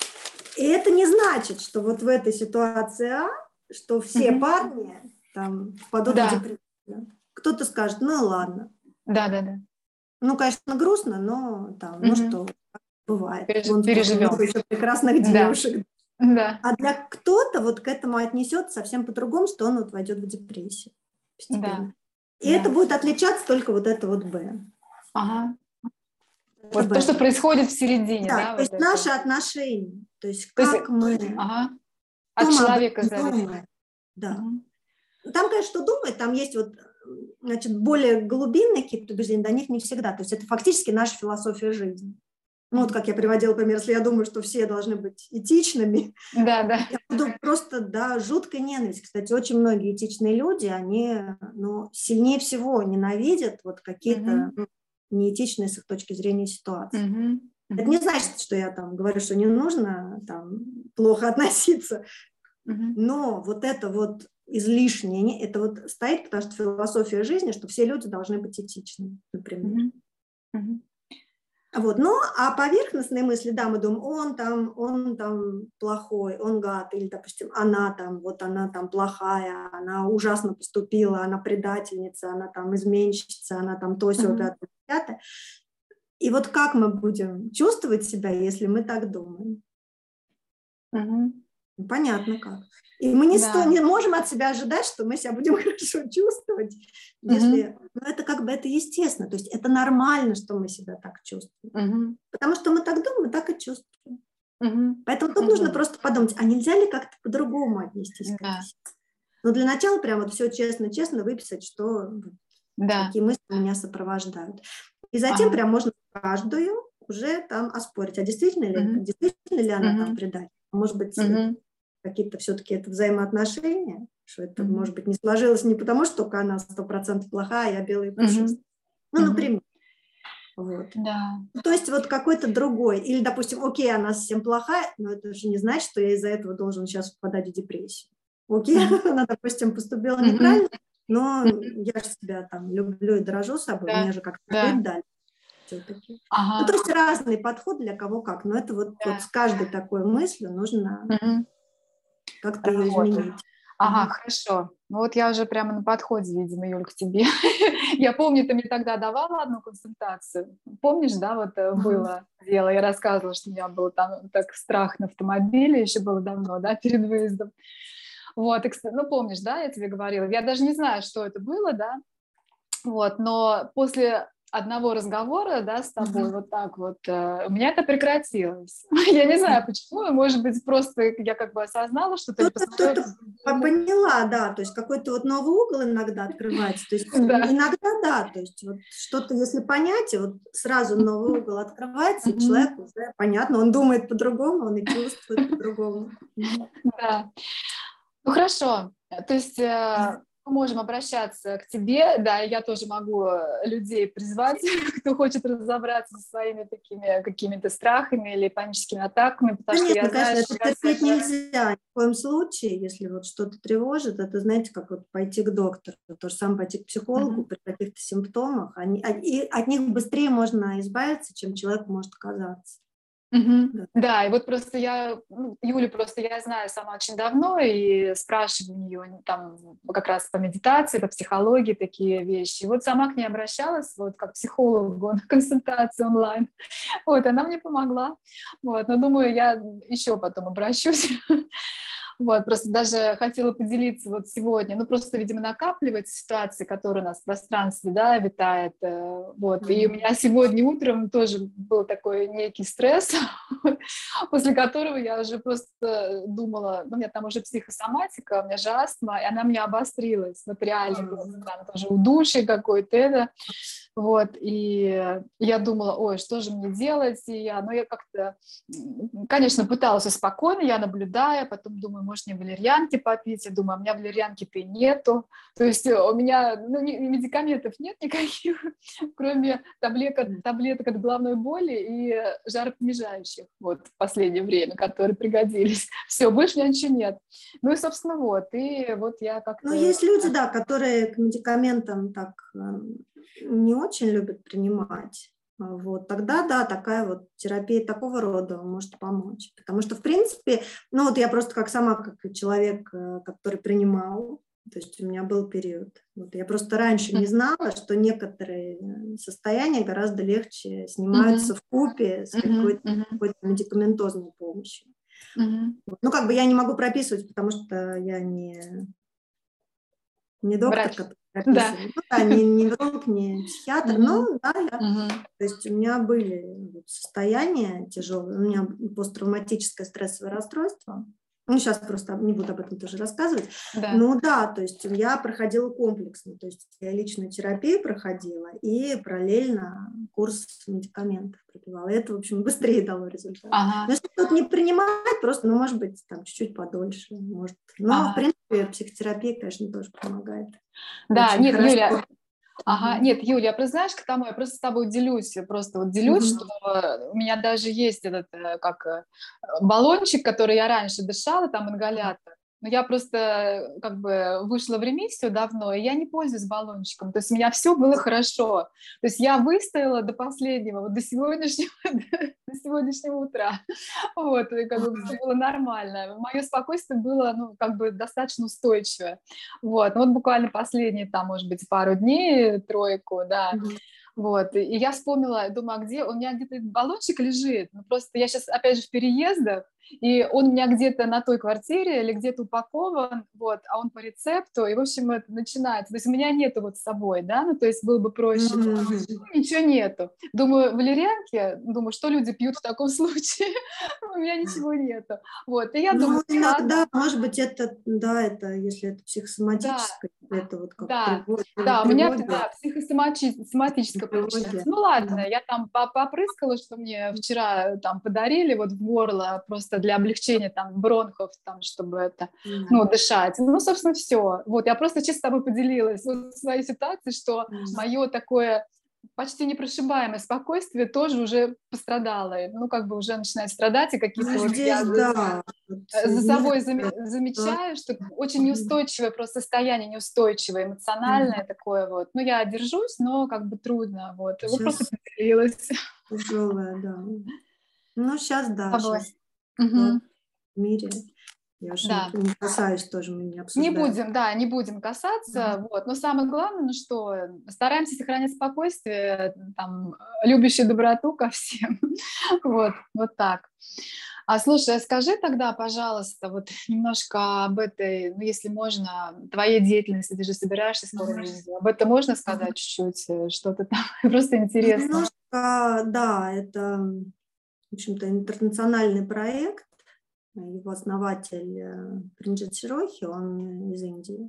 И это не значит, что вот в этой ситуации что все парни там впадут в депрессию. Кто-то скажет, ну ладно. Да. Ну, конечно, грустно, но там, ну что, бывает. Вон Переживем. много еще прекрасных девушек. Да. А для кто-то вот к этому отнесется совсем по-другому, что он вот войдет в депрессию постепенно. И это будет отличаться только вот это вот Б. Ага. Вот то, что происходит в середине, да? То есть вот наши отношения, то есть как мы... От человека зависит. Да. Там, конечно, что думает, там есть вот, значит, более глубинные какие-то убеждения, до них не всегда. То есть это фактически наша философия жизни. Ну, вот как я приводила пример, если я думаю, что все должны быть этичными, я буду просто, жуткая ненависть. Кстати, очень многие этичные люди, они, сильнее всего ненавидят вот какие-то неэтичные с их точки зрения ситуации. Это не значит, что я там говорю, что не нужно там плохо относиться, но вот это вот излишнее, это вот стоит, потому что философия жизни, что все люди должны быть этичными, например. Вот. Ну, а поверхностные мысли, да, мы думаем, он там плохой, он гад, или, допустим, она там плохая, она ужасно поступила, она предательница, она там изменщица, она там то, сё, пятое, пятое. И вот как мы будем чувствовать себя, если мы так думаем? Понятно как. И мы не можем от себя ожидать, что мы себя будем хорошо чувствовать, если... это как бы это естественно, то есть это нормально, что мы себя так чувствуем. Потому что мы так думаем, мы так и чувствуем. Поэтому тут нужно просто подумать, а нельзя ли как-то по-другому отнестись к этой ситуации? Но для начала прям вот все честно-честно выписать, что какие мысли меня сопровождают. И затем прям можно каждую уже там оспорить, а действительно ли она там предатель? Может быть, какие-то все-таки это взаимоотношения, что это, может быть, не сложилось не потому, что только она 100% плохая, а я белый пушистый. Ну, например. Вот. То есть вот какой-то другой. Или, допустим, окей, она совсем плохая, но это же не значит, что я из-за этого должен сейчас впадать в депрессию. Окей, она, допустим, поступила неправильно, но я же себя там люблю и дорожу собой, мне же как-то жить дальше. Все-таки. То есть разный подход для кого как, но это вот с каждой такой мыслью нужно как-то ее изменить. Хорошо. Ну вот я уже прямо на подходе, видимо, Юль, к тебе. Я помню, ты мне тогда давала одну консультацию. Помнишь, да, вот было дело, я рассказывала, что у меня был там так страх на автомобиле, еще было давно, да, перед выездом. Вот, и, ну, помнишь, да, я тебе говорила. Я даже не знаю, что это было, да, вот, но после одного разговора, да, с тобой, вот так вот, у меня это прекратилось. Я не знаю, почему, может быть, просто я как бы осознала, что ты поняла, да, то есть какой-то вот новый угол иногда открывается, то есть иногда, да, то есть вот что-то, если понять, и вот сразу новый угол открывается, и человек уже, понятно, он думает по-другому, он и чувствует по-другому. Да, ну хорошо, то есть... Мы можем обращаться к тебе, да, я тоже могу людей призвать, кто хочет разобраться со своими такими какими-то страхами или паническими атаками, потому что я знаю, что это терпеть нельзя ни в коем случае, если вот что-то тревожит, это, знаете, как вот пойти к доктору, то же самое пойти к психологу при каких-то симптомах, и от них быстрее можно избавиться, чем человеку может казаться. Да, и вот просто Юлю просто я знаю сама очень давно и спрашиваю у нее там как раз по медитации, по психологии такие вещи. И вот сама к ней обращалась, вот как психологу на консультацию онлайн. Вот, она мне помогла. Вот, но думаю, я еще потом обращусь. Вот, просто даже хотела поделиться вот сегодня, ну, просто, видимо, накапливается ситуация, которая у нас в пространстве, да, витает, вот, и у меня сегодня утром тоже был такой некий стресс, после которого я уже просто думала, ну, у меня там уже психосоматика, у меня же астма, и она у меня обострилась, вот реально, там тоже удушье какое-то, это, вот, и я думала, ой, что же мне делать, но я как-то, конечно, пыталась спокойно, я наблюдаю, потом думаю, может, мне валерьянки попить, я думаю, а у меня валерьянки-то и нету, то есть у меня, медикаментов нет никаких, кроме таблеток от головной боли и жаропонижающих, вот, в последнее время, которые пригодились, все, больше у меня ничего нет, ну и, собственно, вот, и вот я как-то... Ну, есть люди, да, которые к медикаментам так не очень любят принимать. вот, тогда, да, такая вот терапия такого рода может помочь. Потому что, в принципе, ну вот я просто как сама, как человек, который принимал, то есть у меня был период. Вот я просто раньше не знала, что некоторые состояния гораздо легче снимаются вкупе с какой-то медикаментозной помощью. Вот. Ну, как бы я не могу прописывать, потому что я не доктор, Врач. который Да. прописывает. Ну, да, не невролог, не психиатр, но да, то есть у меня были состояния тяжелые, у меня посттравматическое стрессовое расстройство. Ну, сейчас просто не буду об этом тоже рассказывать. Да. Ну да, то есть я проходила комплексно, то есть я личную терапию проходила и параллельно курс медикаментов пропивала. И это, в общем, быстрее дало результат. Ага. Но если кто-то не принимает, просто, ну, может быть, там чуть-чуть подольше, может. Но, в принципе, психотерапия, конечно, тоже помогает. Да, очень нет, хорошо. Юля, нет, Юля, я просто, знаешь, к тому, я просто с тобой делюсь, что у меня даже есть этот, баллончик, который я раньше дышала, там ингалятор, но я просто как бы вышла в ремиссию давно, и я не пользуюсь баллончиком, то есть у меня все было хорошо, то есть я выстояла до последнего, вот до сегодняшнего утра, вот, и как бы все было нормально, мое спокойствие было, ну, как бы достаточно устойчивое, вот, ну, вот буквально последние, там, может быть, пару дней, тройку, да, вот, и я вспомнила, думаю, а где, у меня где-то баллончик лежит, ну, просто я сейчас, опять же, в переездах, и он у меня где-то на той квартире или где-то упакован, вот, а он по рецепту, и, в общем, это начинается, то есть у меня нету вот с собой, да, ну, то есть было бы проще, ничего нету. Думаю, валерьянки, думаю, что люди пьют в таком случае, у меня ничего нету, вот, и я думаю, Ну, иногда, ладно. может быть, это, да, это, если это Да, психосоматическое, это вот как да, тревога, у меня психосоматическая помощница. Ну ладно, я там попрыскала, что мне вчера там подарили вот в горло просто для облегчения там бронхов, там, чтобы это, ну, дышать. Ну, собственно, все. Вот, я просто чисто с тобой поделилась вот своей ситуацией, что мое такое почти непрошибаемое спокойствие тоже уже пострадало. Ну, как бы уже начинает страдать, и какие-то Ну, вот здесь, да, вот за собой некоторые замечаю, что очень неустойчивое просто состояние, неустойчивое, эмоциональное такое вот. Ну, я держусь, но как бы трудно, вот. И вот просто сейчас поделилась с тяжелое, да. Ну, сейчас, да, тобой. сейчас в Мгм. мире. Я уж Да. не касаюсь тоже, мы не Не обсуждаем. будем, да, не будем касаться, вот. Но самое главное, ну что, стараемся сохранять спокойствие, там, любящую доброту ко всем. Вот так. А слушай, а скажи тогда, пожалуйста, вот немножко об этой, ну, если можно, твоей деятельности, ты же собираешься скоро в Индию, об этом можно сказать чуть-чуть, что-то там, просто интересно. Немножко, да, это, в общем-то, интернациональный проект. Его основатель Принджит Широхи, он из Индии.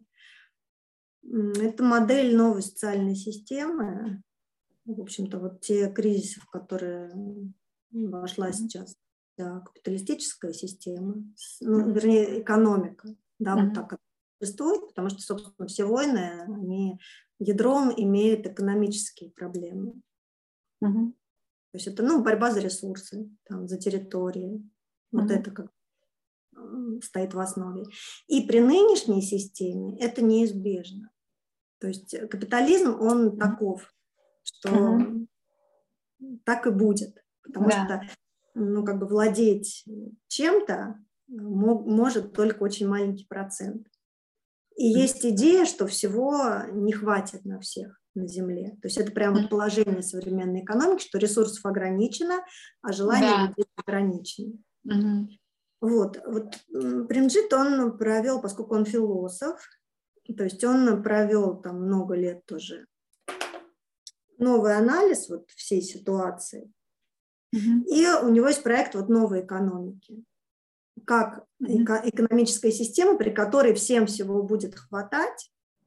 Это модель новой социальной системы. В общем-то, вот те кризисы, в которые вошла сейчас капиталистическая система, ну, вернее, экономика, да, вот так существует, потому что, собственно, все войны, они ядром имеют экономические проблемы. То есть это, ну, борьба за ресурсы, там, за территории. Вот это как стоит в основе. И при нынешней системе это неизбежно. То есть капитализм, он таков, что так и будет. Потому что, ну, как бы владеть чем-то может только очень маленький процент. И есть идея, что всего не хватит на всех на Земле. То есть это прямо вот положение современной экономики, что ресурсов ограничено, а желание людей ограничено. Вот Принджит, он провел, поскольку он философ, то есть он провел там много лет тоже новый анализ вот всей ситуации. И у него есть проект вот новой экономики. Как экономическая система, при которой всем всего будет хватать,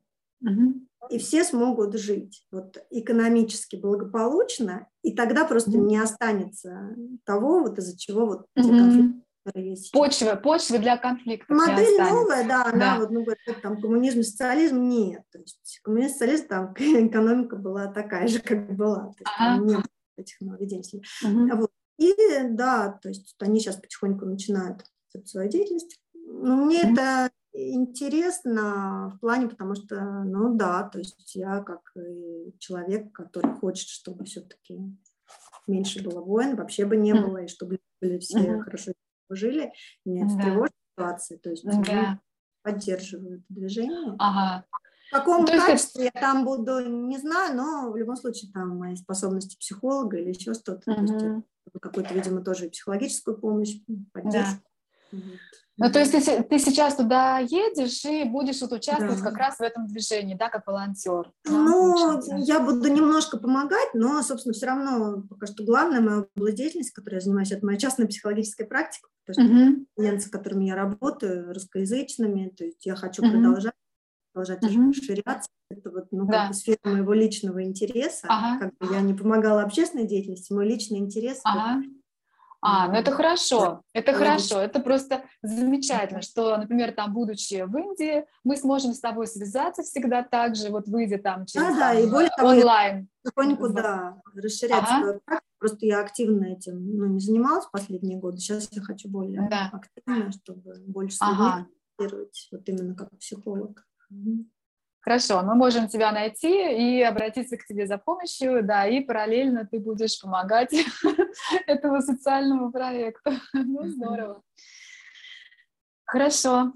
и все смогут жить вот экономически благополучно, и тогда просто не останется того, вот из-за чего вот те конфликты, которые есть сейчас. Почвы для конфликтов не Модель останется. новая, да, она вот, ну, говорят, там коммунизм, социализм, нет. То есть коммунизм, социализм, там экономика была такая же, как была. То есть там не было этих нововведений. Вот. И да, то есть они сейчас потихоньку начинают свою деятельность. Но мне это интересно в плане, потому что, ну да, то есть я как человек, который хочет, чтобы все-таки меньше было войн, вообще бы не было, и чтобы были все хорошо жили. Меня это тревожит ситуация, то есть поддерживаю это движение. В каком качестве я там буду, не знаю, но в любом случае там мои способности психолога или еще что-то, то есть какую-то, видимо, тоже психологическую помощь, поддержку. Ну, то есть ты сейчас туда едешь и будешь вот участвовать как раз в этом движении, да, как волонтер? Ну, я буду немножко помогать, но, собственно, все равно пока что главная моя область деятельности, которой я занимаюсь, это моя частная психологическая практика, потому что клиенты, с которыми я работаю, русскоязычными, то есть я хочу продолжать расширяться. Это вот, как бы сфера моего личного интереса. Как бы я не помогала общественной деятельности, мой личный интерес. Ну это хорошо, это просто замечательно, что, например, там, будучи в Индии, мы сможем с тобой связаться всегда так же, вот выйдя там через и более того, онлайн. Я потихоньку, расширять свою практику, просто я активно этим не занималась последние годы, сейчас я хочу более активно, чтобы больше с людьми контактировать, вот именно как психолог. Хорошо, мы можем тебя найти и обратиться к тебе за помощью, да, и параллельно ты будешь помогать этому социальному проекту. Ну, здорово. Хорошо.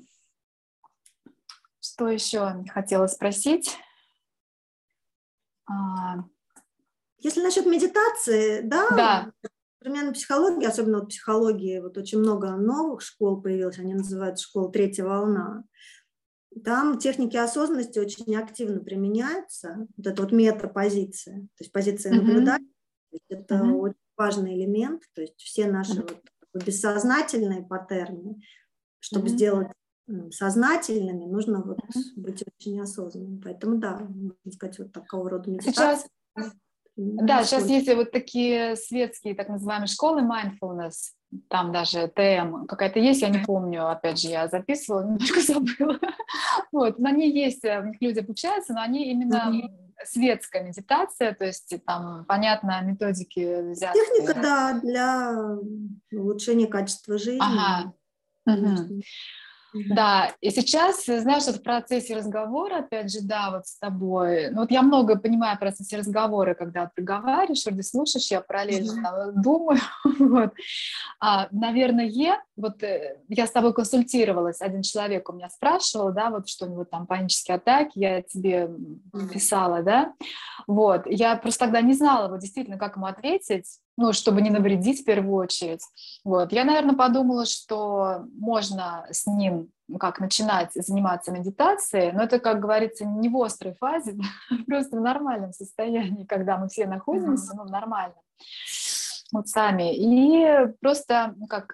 Что еще хотела спросить? Если насчет медитации, да. Современной психологии, особенно вот психологии, вот очень много новых школ появилось, они называются школы «Третья волна». Там техники осознанности очень активно применяются. Вот это вот метапозиция, то есть позиция наблюдателя, это очень важный элемент, то есть все наши вот бессознательные паттерны, чтобы сделать сознательными, нужно вот быть очень осознанным. Поэтому, да, можно сказать, вот такого рода медитация. Сейчас есть вот такие светские, так называемые школы mindfulness, там даже ТМ какая-то есть, я не помню, опять же, я записывала, немножко забыла. Вот, но они есть, в них люди обучаются, но они именно светская медитация, то есть там, понятно, методики взяты. Техника, да, для улучшения качества жизни. Да, и сейчас, знаешь, вот в процессе разговора, опять же, да, вот с тобой, ну вот я много понимаю в процессе разговора, когда ты говоришь, вроде слушаешь, я параллельно там думаю, вот. Наверное, вот я с тобой консультировалась, один человек у меня спрашивал, да, вот что у него там панические атаки, я тебе писала, да, вот, я просто тогда не знала вот действительно, как ему ответить, ну, чтобы не навредить в первую очередь, вот, я, наверное, подумала, что можно с ним как начинать заниматься медитацией, но это, как говорится, не в острой фазе, просто в нормальном состоянии, когда мы все находимся, ну, нормально, вот сами, и просто как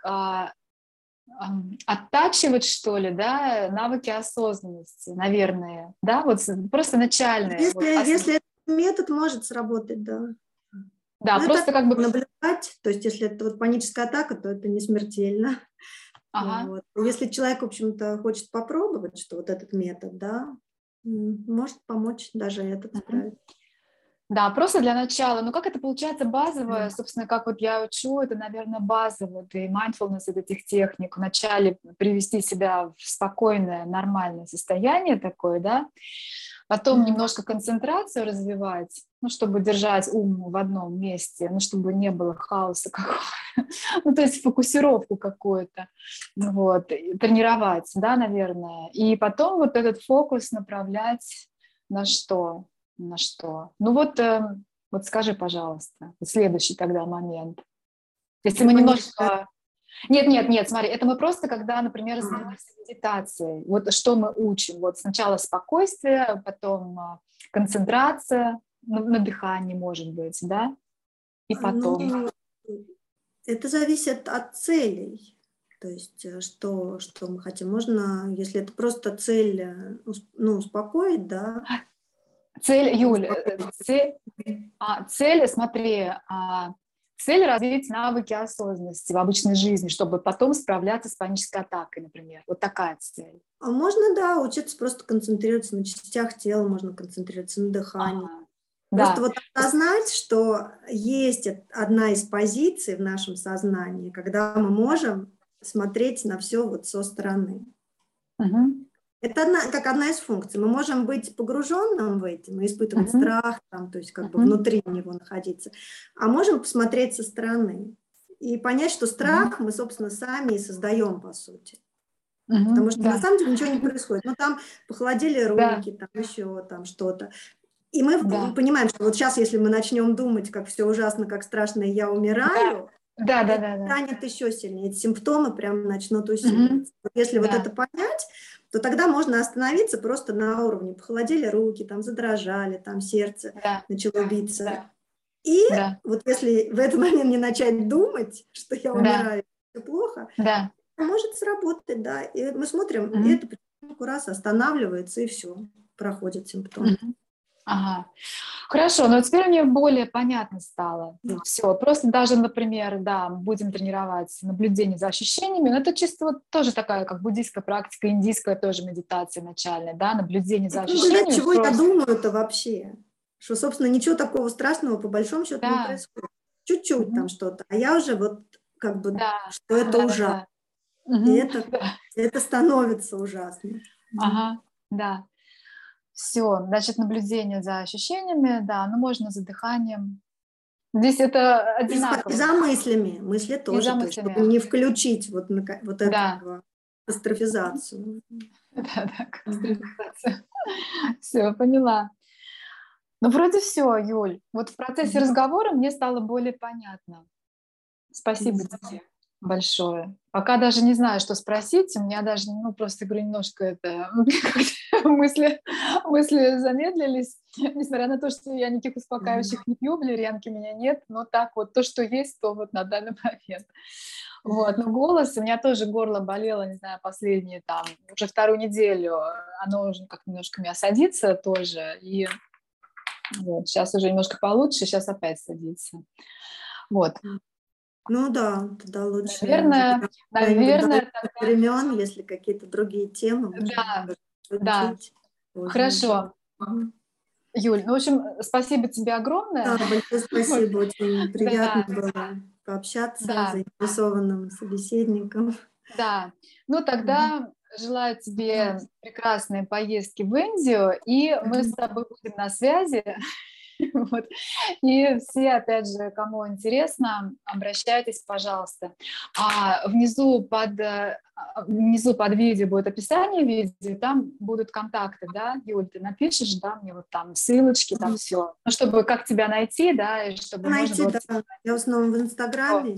оттачивать, что ли, да, навыки осознанности, наверное, да, вот просто начальные. Если этот метод может сработать, да. Да, но просто как бы наблюдать, то есть если это вот паническая атака, то это не смертельно. Вот. Если человек, в общем-то, хочет попробовать, что вот этот метод, да, может помочь даже этот справиться. Да, просто для начала. Но как это получается базовое, собственно, как вот я учу, это, наверное, базово. И mindfulness этих техник. Вначале привести себя в спокойное, нормальное состояние такое, да, потом немножко концентрацию развивать, ну, чтобы держать ум в одном месте, ну, чтобы не было хаоса какого-то, ну, то есть фокусировку какую-то, вот, тренировать, да, наверное, и потом вот этот фокус направлять на что? На что? Ну вот, вот скажи, пожалуйста, следующий тогда момент. Если мы немножко... Нет, смотри, это мы просто, когда, например, занимаемся медитацией, вот что мы учим, вот сначала спокойствие, потом концентрация, на дыхании, может быть, да, и потом... Это зависит от целей, то есть что мы хотим. Можно, если это просто цель, ну, успокоить, да. Цель, Юль, цель, смотри, цель развить навыки осознанности в обычной жизни, чтобы потом справляться с панической атакой, например. Вот такая цель. А можно, да, учиться просто концентрироваться на частях тела, можно концентрироваться на дыхании. Просто вот осознать, что есть одна из позиций в нашем сознании, когда мы можем смотреть на все вот со стороны. Это как одна из функций. Мы можем быть погруженным в эти, мы испытывать страх, там, то есть как бы внутри него находиться, а можем посмотреть со стороны и понять, что страх мы, собственно, сами и создаем, по сути. Потому что на самом деле ничего не происходит. Ну, там похолодели руки, там еще там что-то. И мы понимаем, что вот сейчас, если мы начнем думать, как все ужасно, как страшно, и я умираю, станет еще сильнее. Эти симптомы прям начнут усиливаться. Если вот это понять, то тогда можно остановиться просто на уровне. Похолодели руки, там задрожали, там сердце начало биться. И вот если в этот момент не начать думать, что я умираю, все плохо, может сработать, да. И мы смотрим, и это потихоньку раз останавливается, и все, проходит симптом. Ага. Хорошо, но теперь мне более понятно стало. Все, просто даже, например, будем тренировать наблюдение за ощущениями, но это чисто вот тоже такая, как буддийская практика, индийская тоже медитация начальная, да, наблюдение за ощущениями. Чего я думаю-то вообще? Что, собственно, ничего такого страшного по большому счету не происходит. Чуть-чуть там что-то, а я уже вот как бы, что это ужасно. И это становится ужасно. Ага, да. Все, значит, наблюдение за ощущениями, ну можно за дыханием. Здесь это одинаково. И за мыслями, мысли тоже, то есть, чтобы не включить вот эту катастрофизацию. Да, катастрофизацию. Все, поняла. Ну, вроде все, Юль. Вот в процессе разговора мне стало более понятно. Спасибо тебе большое. Пока даже не знаю, что спросить. У меня даже, просто, говорю, немножко мысли замедлились. Несмотря на то, что я никаких успокаивающих не пью, валерьянки у меня нет. Но так вот, то, что есть, то вот на данный момент. Вот, но голос, у меня тоже горло болело, не знаю, последние там, уже вторую неделю. Оно уже как немножко у меня садится тоже. И вот, сейчас уже немножко получше, сейчас опять садится. Вот. Ну да, тогда лучше. Наверное, времен, если какие-то другие темы. Да. Хорошо. Юль, в общем, спасибо тебе огромное. Да, большое спасибо, очень приятно было пообщаться с заинтересованным собеседником. Да, тогда желаю тебе прекрасной поездки в Индию, и мы с тобой будем на связи. Вот. И все, опять же, кому интересно, обращайтесь, пожалуйста. Внизу под видео будет описание видео, там будут контакты, да, Юль, ты напишешь, да, мне вот там ссылочки, там все. Ну, чтобы как тебя найти, да, и чтобы можно было... Я в основном в Инстаграме.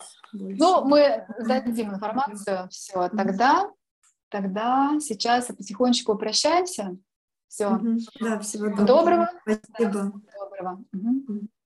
Мы дадим информацию, все, тогда сейчас потихонечку прощаемся. Все. Да, всего доброго. Спасибо. Доброго.